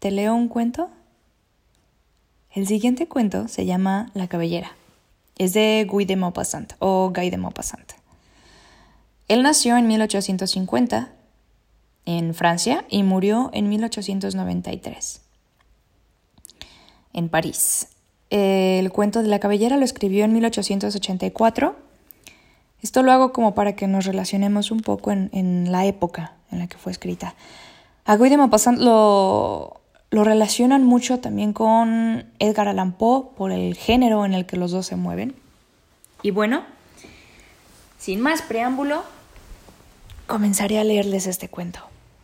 ¿Te leo un cuento? El siguiente cuento se llama La cabellera. Es de Guy de Maupassant o Guy de Maupassant. Él nació en 1850 en Francia y murió en 1893 en París. El cuento de La cabellera lo escribió en 1884. Esto lo hago como para que nos relacionemos un poco en la época en la que fue escrita. A Guy de Maupassant lo relacionan mucho también con Edgar Allan Poe por el género en el que los dos se mueven. Y bueno, sin más preámbulo, comenzaré a leerles este cuento.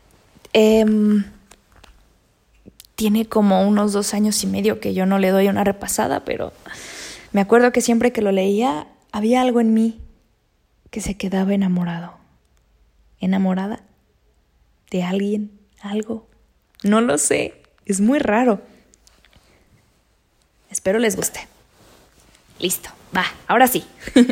Tiene como unos 2 años y medio que yo no le doy una repasada, pero me acuerdo que siempre que lo leía había algo en mí que se quedaba enamorada de alguien, algo. No lo sé, es muy raro. Espero les guste. Listo, va, ahora sí.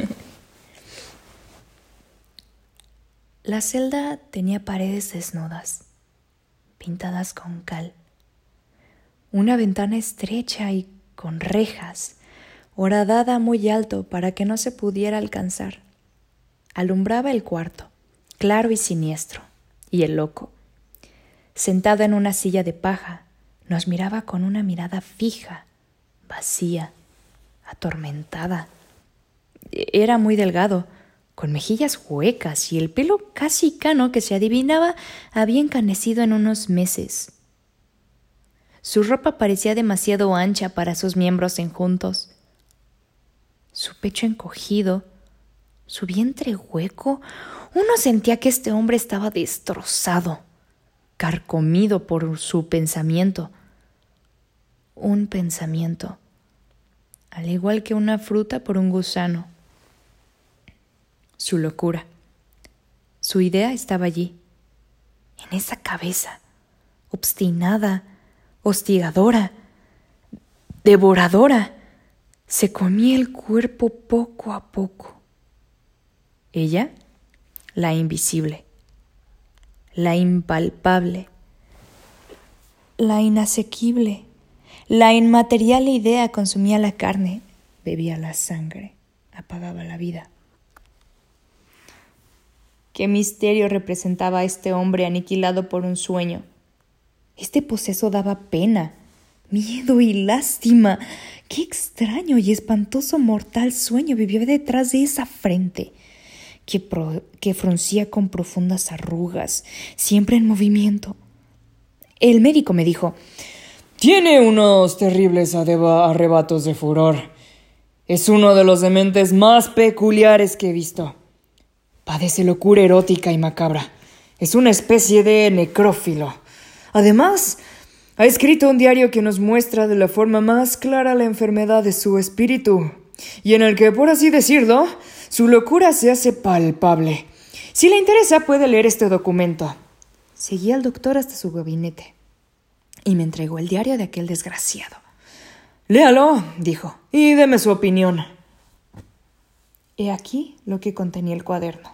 La celda tenía paredes desnudas, pintadas con cal. Una ventana estrecha y con rejas, horadada muy alto para que no se pudiera alcanzar. Alumbraba el cuarto, claro y siniestro, y el loco, sentado en una silla de paja, nos miraba con una mirada fija, vacía, atormentada. Era muy delgado, con mejillas huecas y el pelo casi cano que se adivinaba había encanecido en unos meses. Su ropa parecía demasiado ancha para sus miembros enjuntos. Su pecho encogido, su vientre hueco, uno sentía que este hombre estaba destrozado, carcomido por su pensamiento. Un pensamiento, al igual que una fruta por un gusano. Su locura, su idea estaba allí, en esa cabeza, obstinada, hostigadora, devoradora. Se comía el cuerpo poco a poco. Ella, la invisible, la impalpable, la inasequible, la inmaterial idea consumía la carne, bebía la sangre, apagaba la vida. ¿Qué misterio representaba este hombre aniquilado por un sueño? Este poseso daba pena, miedo y lástima. Qué extraño y espantoso mortal sueño vivía detrás de esa frente, que fruncía con profundas arrugas, siempre en movimiento. El médico me dijo: «Tiene unos terribles arrebatos de furor. Es uno de los dementes más peculiares que he visto. Padece locura erótica y macabra. Es una especie de necrófilo. Además, ha escrito un diario que nos muestra de la forma más clara la enfermedad de su espíritu, y en el que, por así decirlo, su locura se hace palpable. Si le interesa, puede leer este documento». Seguí al doctor hasta su gabinete y me entregó el diario de aquel desgraciado. «Léalo», dijo, «y deme su opinión». He aquí lo que contenía el cuaderno.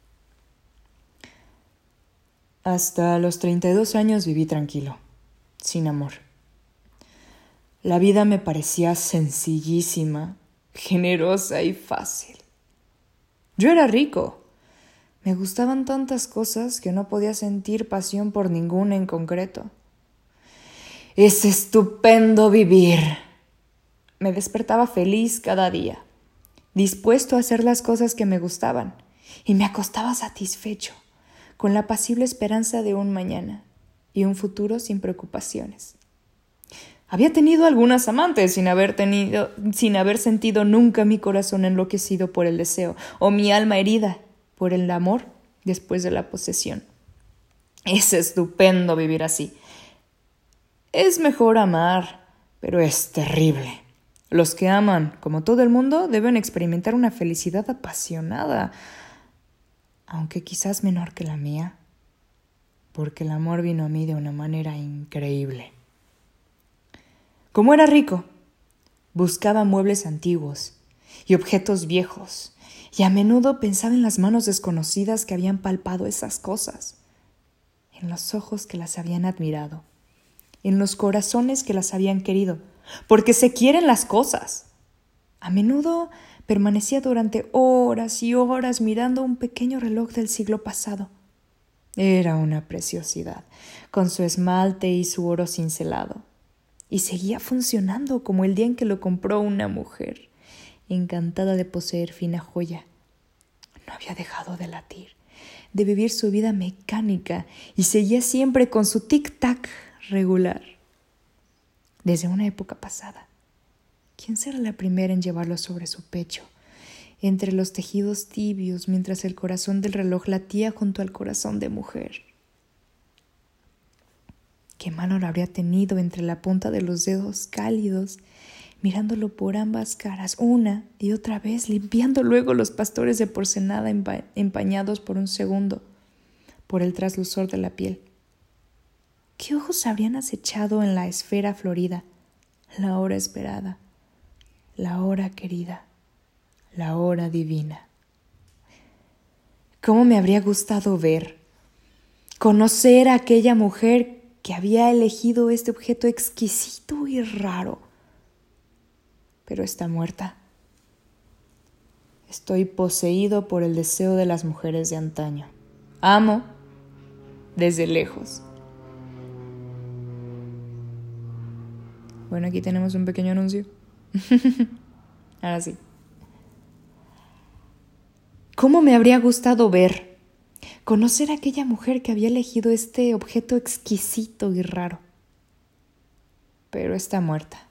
Hasta los 32 años viví tranquilo, sin amor. La vida me parecía sencillísima, generosa y fácil. Yo era rico. Me gustaban tantas cosas que no podía sentir pasión por ninguna en concreto. Es estupendo vivir. Me despertaba feliz cada día, dispuesto a hacer las cosas que me gustaban, y me acostaba satisfecho, con la apacible esperanza de un mañana y un futuro sin preocupaciones. Había tenido algunas amantes sin haber sentido nunca mi corazón enloquecido por el deseo o mi alma herida por el amor después de la posesión. Es estupendo vivir así. Es mejor amar, pero es terrible. Los que aman, como todo el mundo, deben experimentar una felicidad apasionada, aunque quizás menor que la mía, porque el amor vino a mí de una manera increíble. Como era rico, buscaba muebles antiguos y objetos viejos, y a menudo pensaba en las manos desconocidas que habían palpado esas cosas, en los ojos que las habían admirado, en los corazones que las habían querido, porque se quieren las cosas. A menudo permanecía durante horas y horas mirando un pequeño reloj del siglo pasado. Era una preciosidad, con su esmalte y su oro cincelado. Y seguía funcionando como el día en que lo compró una mujer, encantada de poseer fina joya. No había dejado de latir, de vivir su vida mecánica, y seguía siempre con su tic-tac regular. Desde una época pasada, ¿quién será la primera en llevarlo sobre su pecho, entre los tejidos tibios, mientras el corazón del reloj latía junto al corazón de mujer? Qué mano lo habría tenido entre la punta de los dedos cálidos, mirándolo por ambas caras una y otra vez, limpiando luego los pastores de porcelana empañados por un segundo, por el traslusor de la piel. ¿Qué ojos habrían acechado en la esfera florida, la hora esperada, la hora querida, la hora divina? ¿Cómo me habría gustado ver, conocer a aquella mujer que había elegido este objeto exquisito y raro? Pero está muerta. Estoy poseído por el deseo de las mujeres de antaño. Amo desde lejos. Bueno, aquí tenemos un pequeño anuncio. Ahora sí. ¿Cómo me habría gustado ver, conocer a aquella mujer que había elegido este objeto exquisito y raro? Pero está muerta.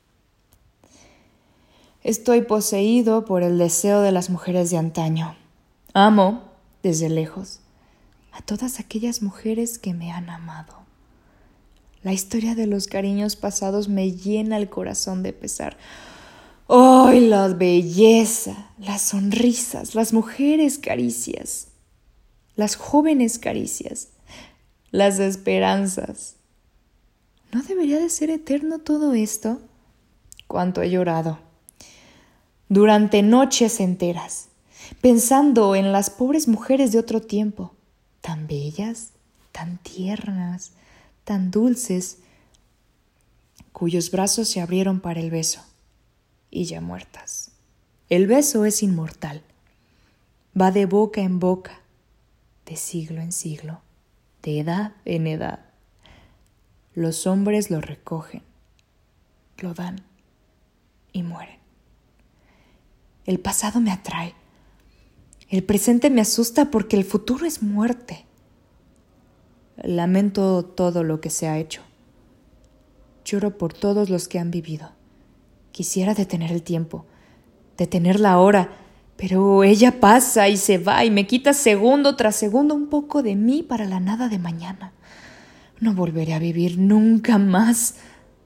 Estoy poseído por el deseo de las mujeres de antaño. Amo, desde lejos, a todas aquellas mujeres que me han amado. La historia de los cariños pasados me llena el corazón de pesar. ¡Ay, la belleza! Las sonrisas, las mujeres caricias, las jóvenes caricias, las esperanzas. ¿No debería de ser eterno todo esto? Cuánto he llorado durante noches enteras, pensando en las pobres mujeres de otro tiempo, tan bellas, tan tiernas, tan dulces, cuyos brazos se abrieron para el beso, y ya muertas. El beso es inmortal, va de boca en boca, de siglo en siglo, de edad en edad. Los hombres lo recogen, lo dan y mueren. El pasado me atrae, el presente me asusta porque el futuro es muerte. Lamento todo lo que se ha hecho. Lloro por todos los que han vivido. Quisiera detener el tiempo, detener la hora, pero ella pasa y se va y me quita segundo tras segundo un poco de mí para la nada de mañana. No volveré a vivir nunca más.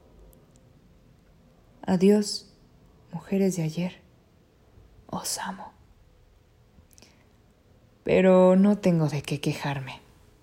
Adiós, mujeres de ayer. Os amo. Pero no tengo de qué quejarme.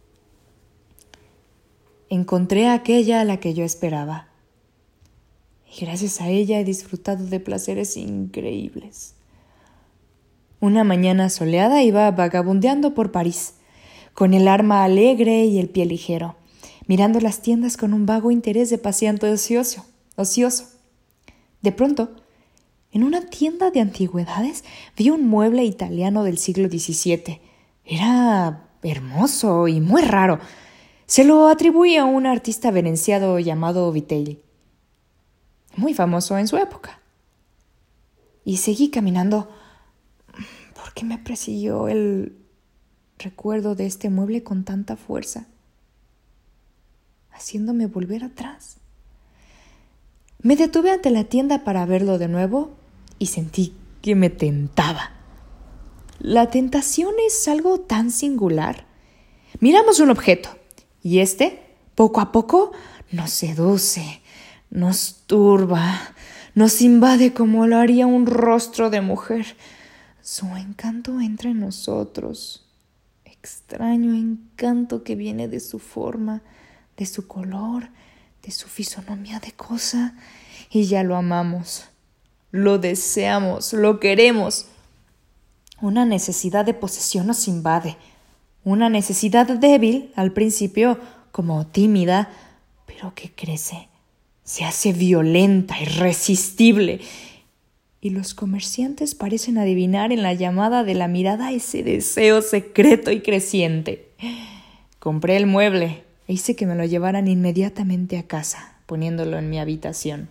Encontré a aquella a la que yo esperaba, y gracias a ella he disfrutado de placeres increíbles. Una mañana soleada iba vagabundeando por París, con el alma alegre y el pie ligero, mirando las tiendas con un vago interés de paseante ocioso. De pronto, en una tienda de antigüedades vi un mueble italiano del siglo XVII. Era hermoso y muy raro. Se lo atribuía a un artista veneziano llamado Vitelli, muy famoso en su época. Y seguí caminando porque me persiguió el recuerdo de este mueble con tanta fuerza, haciéndome volver atrás. Me detuve ante la tienda para verlo de nuevo y sentí que me tentaba. La tentación es algo tan singular. Miramos un objeto y poco a poco, nos seduce, nos turba, nos invade como lo haría un rostro de mujer. Su encanto entra en nosotros, extraño encanto que viene de su forma, de su color, de su fisonomía de cosa, y ya lo amamos, lo deseamos, lo queremos. Una necesidad de posesión nos invade, una necesidad débil al principio, como tímida, pero que crece, se hace violenta, irresistible. Y los comerciantes parecen adivinar en la llamada de la mirada ese deseo secreto y creciente. Compré el mueble e hice que me lo llevaran inmediatamente a casa, poniéndolo en mi habitación.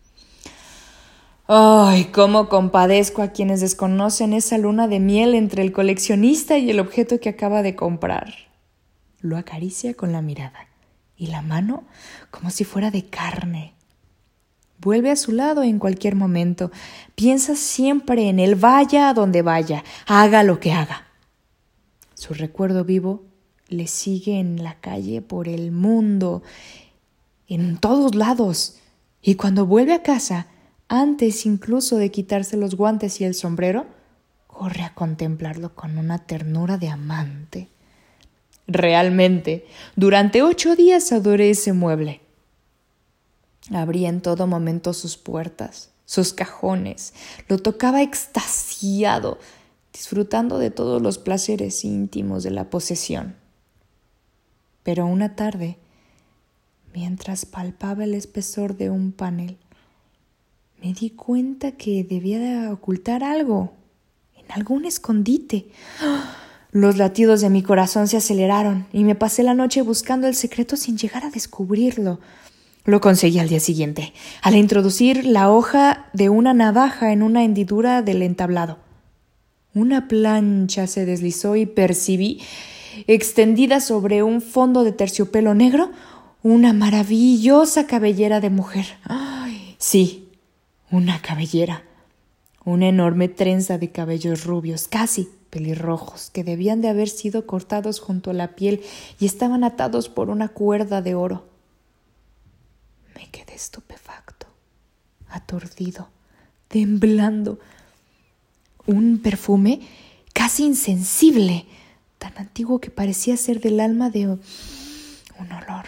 ¡Ay, cómo compadezco a quienes desconocen esa luna de miel entre el coleccionista y el objeto que acaba de comprar! Lo acaricia con la mirada y la mano como si fuera de carne. Vuelve a su lado en cualquier momento. Piensa siempre en él, vaya a donde vaya, haga lo que haga. Su recuerdo vivo le sigue en la calle, por el mundo, en todos lados. Y cuando vuelve a casa, antes incluso de quitarse los guantes y el sombrero, corre a contemplarlo con una ternura de amante. Realmente, durante 8 días adoré ese mueble. Abría en todo momento sus puertas, sus cajones, lo tocaba extasiado, disfrutando de todos los placeres íntimos de la posesión. Pero una tarde, mientras palpaba el espesor de un panel, me di cuenta que debía de ocultar algo, en algún escondite. Los latidos de mi corazón se aceleraron y me pasé la noche buscando el secreto sin llegar a descubrirlo. Lo conseguí al día siguiente, al introducir la hoja de una navaja en una hendidura del entablado. Una plancha se deslizó y percibí, extendida sobre un fondo de terciopelo negro, una maravillosa cabellera de mujer. ¡Ay! Sí, una cabellera, una enorme trenza de cabellos rubios, casi pelirrojos, que debían de haber sido cortados junto a la piel y estaban atados por una cuerda de oro. Me quedé estupefacto, aturdido, temblando. Un perfume casi insensible, tan antiguo que parecía ser del alma de un olor.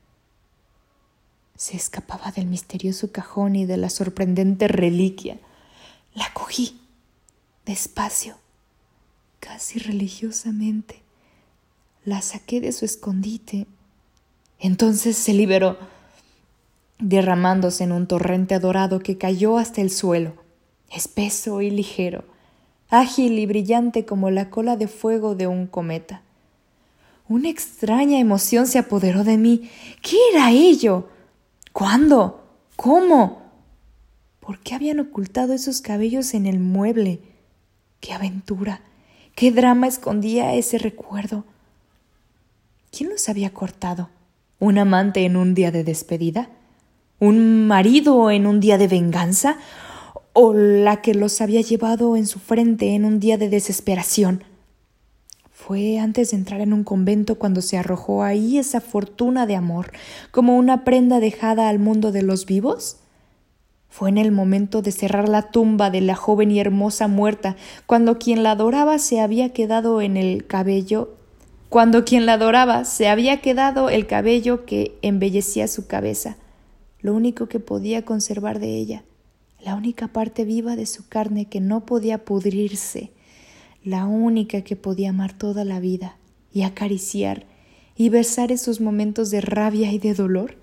Se escapaba del misterioso cajón y de la sorprendente reliquia. La cogí, despacio, casi religiosamente. La saqué de su escondite. Entonces se liberó, derramándose en un torrente dorado que cayó hasta el suelo, espeso y ligero, ágil y brillante como la cola de fuego de un cometa. Una extraña emoción se apoderó de mí. ¿Qué era ello? ¿Cuándo? ¿Cómo? ¿Por qué habían ocultado esos cabellos en el mueble? ¡Qué aventura! ¡Qué drama escondía ese recuerdo! ¿Quién los había cortado? ¿Un amante en un día de despedida? ¿Un marido en un día de venganza? ¿O la que los había llevado en su frente en un día de desesperación? Fue antes de entrar en un convento cuando se arrojó ahí esa fortuna de amor, como una prenda dejada al mundo de los vivos. Fue en el momento de cerrar la tumba de la joven y hermosa muerta, cuando quien la adoraba se había quedado el cabello que embellecía su cabeza, lo único que podía conservar de ella, la única parte viva de su carne que no podía pudrirse, la única que podía amar toda la vida y acariciar y besar esos momentos de rabia y de dolor.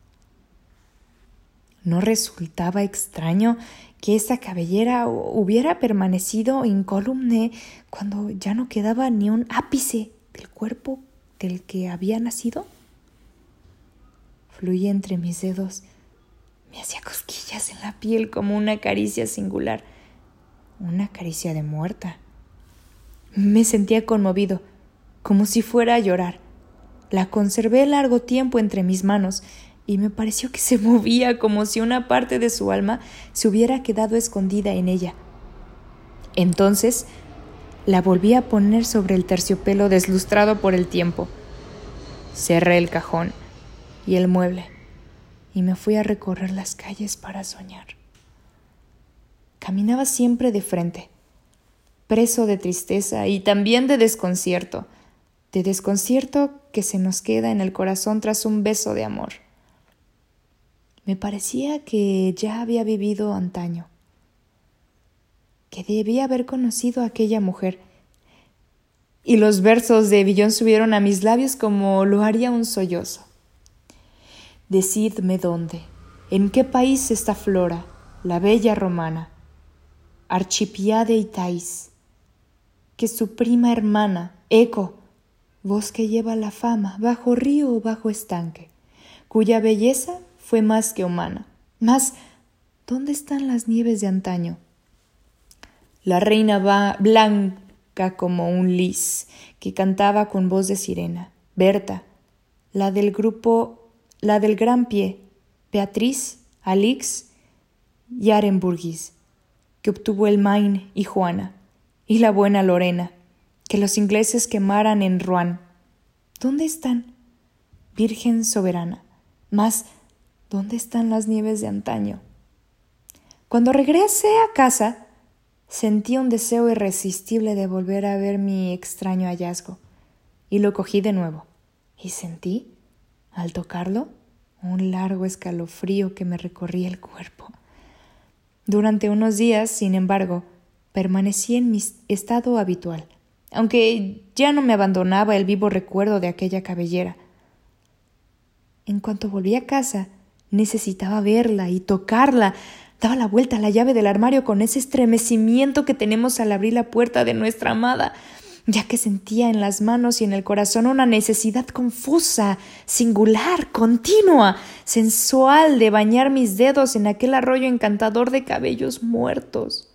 ¿No resultaba extraño que esa cabellera hubiera permanecido incólume cuando ya no quedaba ni un ápice del cuerpo del que había nacido? Fluía entre mis dedos, me hacía cosquillas en la piel como una caricia singular, una caricia de muerta. Me sentía conmovido, como si fuera a llorar. La conservé largo tiempo entre mis manos y me pareció que se movía como si una parte de su alma se hubiera quedado escondida en ella. Entonces la volví a poner sobre el terciopelo deslustrado por el tiempo. Cerré el cajón y el mueble y me fui a recorrer las calles para soñar. Caminaba siempre de frente, preso de tristeza y también de desconcierto que se nos queda en el corazón tras un beso de amor. Me parecía que ya había vivido antaño, que debía haber conocido a aquella mujer, y los versos de Villon subieron a mis labios como lo haría un sollozo. Decidme dónde, en qué país está Flora, la bella romana, archipiade Itais, que su prima hermana, Eco, voz que lleva la fama, bajo río o bajo estanque, cuya belleza fue más que humana. Mas, ¿dónde están las nieves de antaño? La reina va blanca como un lis, que cantaba con voz de sirena, Berta, la del gran pie, Beatriz, Alix y Arenburgis, que obtuvo el Maine y Juana, y la buena Lorena, que los ingleses quemaran en Rouen. ¿Dónde están? Virgen soberana. Mas, ¿dónde están las nieves de antaño? Cuando regresé a casa, sentí un deseo irresistible de volver a ver mi extraño hallazgo, y lo cogí de nuevo, y sentí, al tocarlo, un largo escalofrío que me recorría el cuerpo. Durante unos días, sin embargo, permanecí en mi estado habitual, aunque ya no me abandonaba el vivo recuerdo de aquella cabellera. En cuanto volví a casa, necesitaba verla y tocarla. Daba la vuelta a la llave del armario con ese estremecimiento que tenemos al abrir la puerta de nuestra amada, ya que sentía en las manos y en el corazón una necesidad confusa, singular, continua, sensual de bañar mis dedos en aquel arroyo encantador de cabellos muertos.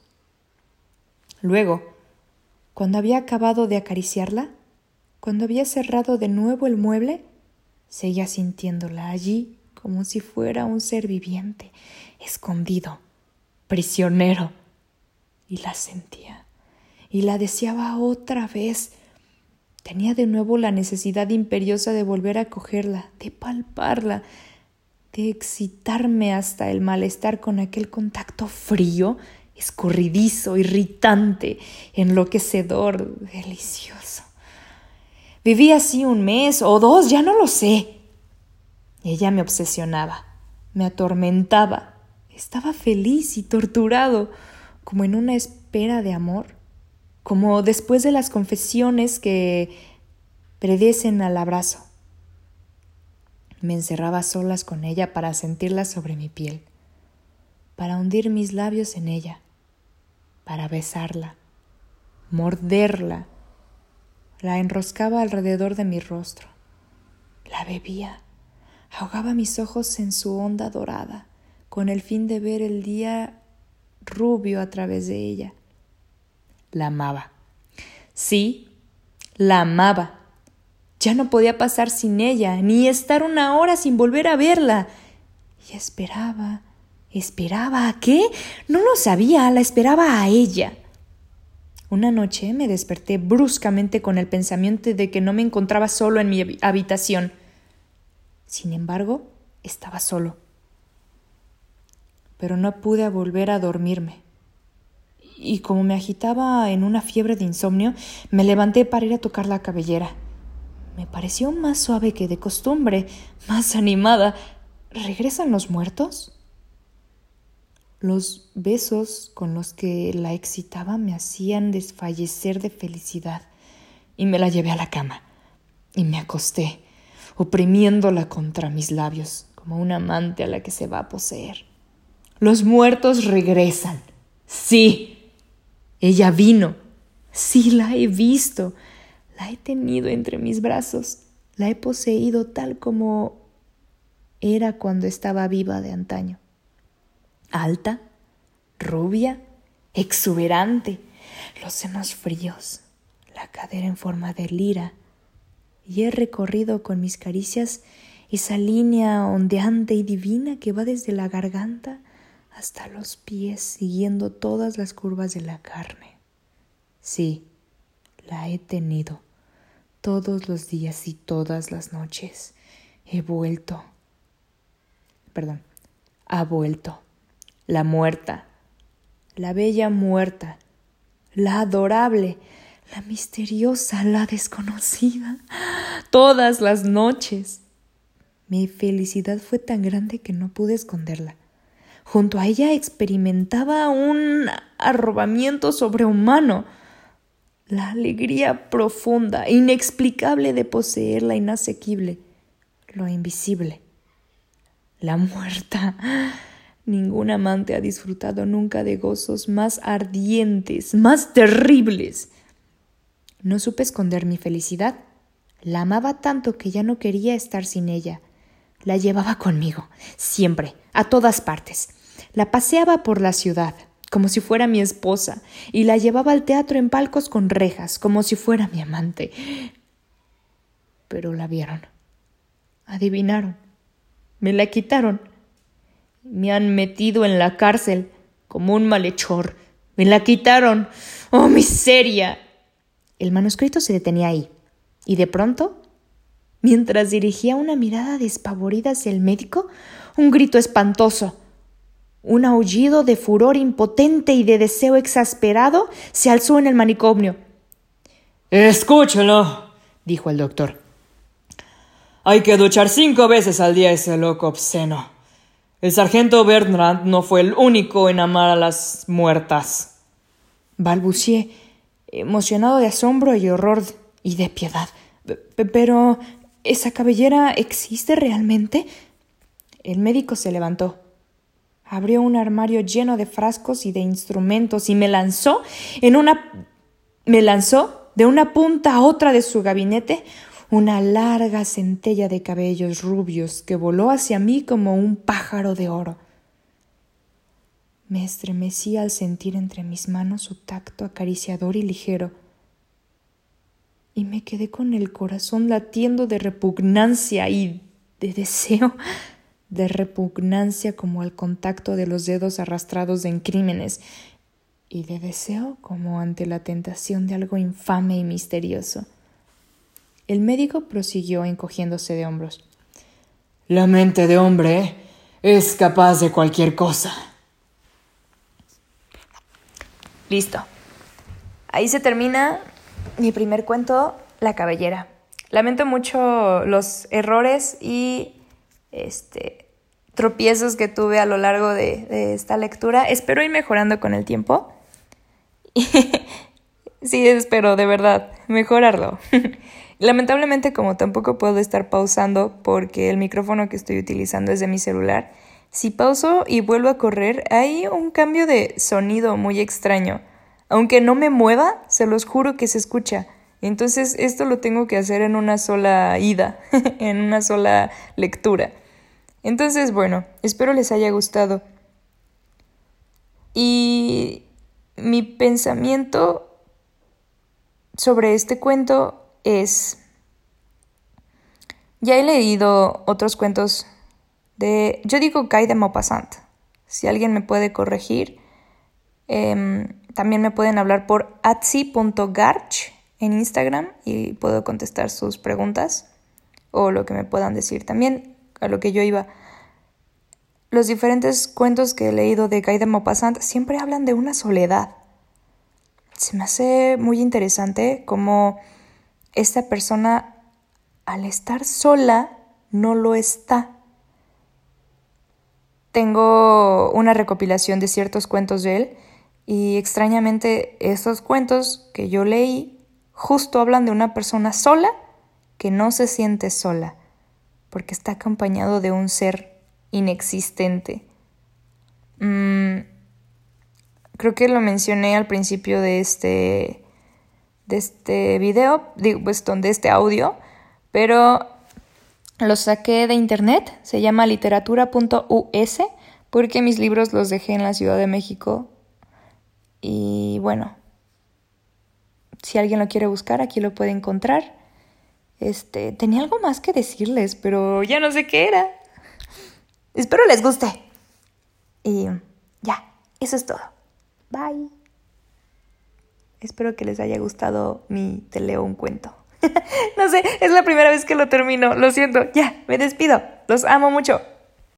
Luego, cuando había acabado de acariciarla, cuando había cerrado de nuevo el mueble, seguía sintiéndola allí como si fuera un ser viviente, escondido, prisionero, y la sentía. Y la deseaba otra vez. Tenía de nuevo la necesidad imperiosa de volver a cogerla, de palparla, de excitarme hasta el malestar con aquel contacto frío, escurridizo, irritante, enloquecedor, delicioso. Viví así 1 mes o 2, ya no lo sé. Ella me obsesionaba, me atormentaba. Estaba feliz y torturado, como en una espera de amor, como después de las confesiones que predecen al abrazo. Me encerraba a solas con ella para sentirla sobre mi piel, para hundir mis labios en ella, para besarla, morderla. La enroscaba alrededor de mi rostro, la bebía, ahogaba mis ojos en su onda dorada, con el fin de ver el día rubio a través de ella. La amaba. Sí, la amaba. Ya no podía pasar sin ella, ni estar 1 hora sin volver a verla. Y esperaba. ¿A qué? No lo sabía, la esperaba a ella. Una noche me desperté bruscamente con el pensamiento de que no me encontraba solo en mi habitación. Sin embargo, estaba solo. Pero no pude volver a dormirme. Y como me agitaba en una fiebre de insomnio, me levanté para ir a tocar la cabellera. Me pareció más suave que de costumbre, más animada. ¿Regresan los muertos? Los besos con los que la excitaba me hacían desfallecer de felicidad, y me la llevé a la cama, y me acosté, oprimiéndola contra mis labios, como una amante a la que se va a poseer. Los muertos regresan. Sí. Ella vino. Sí, la he visto. La he tenido entre mis brazos. La he poseído tal como era cuando estaba viva de antaño. Alta, rubia, exuberante, los senos fríos, la cadera en forma de lira. Y he recorrido con mis caricias esa línea ondeante y divina que va desde la garganta hasta los pies, siguiendo todas las curvas de la carne. Sí, la he tenido todos los días y todas las noches. Ha vuelto. La muerta, la bella muerta, la adorable, la misteriosa, la desconocida, todas las noches. Mi felicidad fue tan grande que no pude esconderla. Junto a ella experimentaba un arrobamiento sobrehumano, la alegría profunda, inexplicable de poseer la inasequible, lo invisible, la muerta. Ningún amante ha disfrutado nunca de gozos más ardientes, más terribles. No supe esconder mi felicidad. La amaba tanto que ya no quería estar sin ella. La llevaba conmigo, siempre, a todas partes. La paseaba por la ciudad, como si fuera mi esposa, y la llevaba al teatro en palcos con rejas, como si fuera mi amante. Pero la vieron. Adivinaron. Me la quitaron. Me han metido en la cárcel como un malhechor. Me la quitaron. ¡Oh, miseria! El manuscrito se detenía ahí, y de pronto, mientras dirigía una mirada despavorida hacia el médico, un grito espantoso, un aullido de furor impotente y de deseo exasperado se alzó en el manicomio. «Escúchelo», dijo el doctor. «Hay que duchar 5 veces al día a ese loco obsceno. El sargento Bertrand no fue el único en amar a las muertas». Balbucié, emocionado de asombro y horror y de piedad. «Pero, ¿esa cabellera existe realmente?» El médico se levantó. Abrió un armario lleno de frascos y de instrumentos y me lanzó de una punta a otra de su gabinete una larga centella de cabellos rubios que voló hacia mí como un pájaro de oro. Me estremecí al sentir entre mis manos su tacto acariciador y ligero, y me quedé con el corazón latiendo de repugnancia y de deseo, de repugnancia como al contacto de los dedos arrastrados en crímenes, y de deseo como ante la tentación de algo infame y misterioso. El médico prosiguió encogiéndose de hombros. «La mente de hombre es capaz de cualquier cosa». Listo. Ahí se termina mi primer cuento, La cabellera. Lamento mucho los errores y tropiezos que tuve a lo largo de esta lectura. Espero ir mejorando con el tiempo. Sí, espero, de verdad, mejorarlo. Lamentablemente, como tampoco puedo estar pausando porque el micrófono que estoy utilizando es de mi celular, si pauso y vuelvo a correr, hay un cambio de sonido muy extraño. Aunque no me mueva, se los juro que se escucha. Entonces, esto lo tengo que hacer en una sola ida, en una sola lectura. Entonces, bueno, espero les haya gustado. Y mi pensamiento sobre este cuento es... Ya he leído otros cuentos yo digo Guy de Maupassant. Si alguien me puede corregir. También me pueden hablar por atsi.garch en Instagram y puedo contestar sus preguntas o lo que me puedan decir. También a lo que yo iba. Los diferentes cuentos que he leído de Guy de Maupassant siempre hablan de una soledad. Se me hace muy interesante cómo esta persona, al estar sola, no lo está. Tengo una recopilación de ciertos cuentos de él y extrañamente estos cuentos que yo leí justo hablan de una persona sola que no se siente sola porque está acompañado de un ser inexistente. Creo que lo mencioné al principio de este video, de este audio, pero lo saqué de internet, se llama literatura.us, porque mis libros los dejé en la Ciudad de México. Y bueno, si alguien lo quiere buscar, aquí lo puede encontrar. Tenía algo más que decirles, pero ya no sé qué era. Espero les guste. Y ya, eso es todo. Bye. Espero que les haya gustado mi Te leo un cuento. No sé, es la primera vez que lo termino. Lo siento, ya, me despido. Los amo mucho.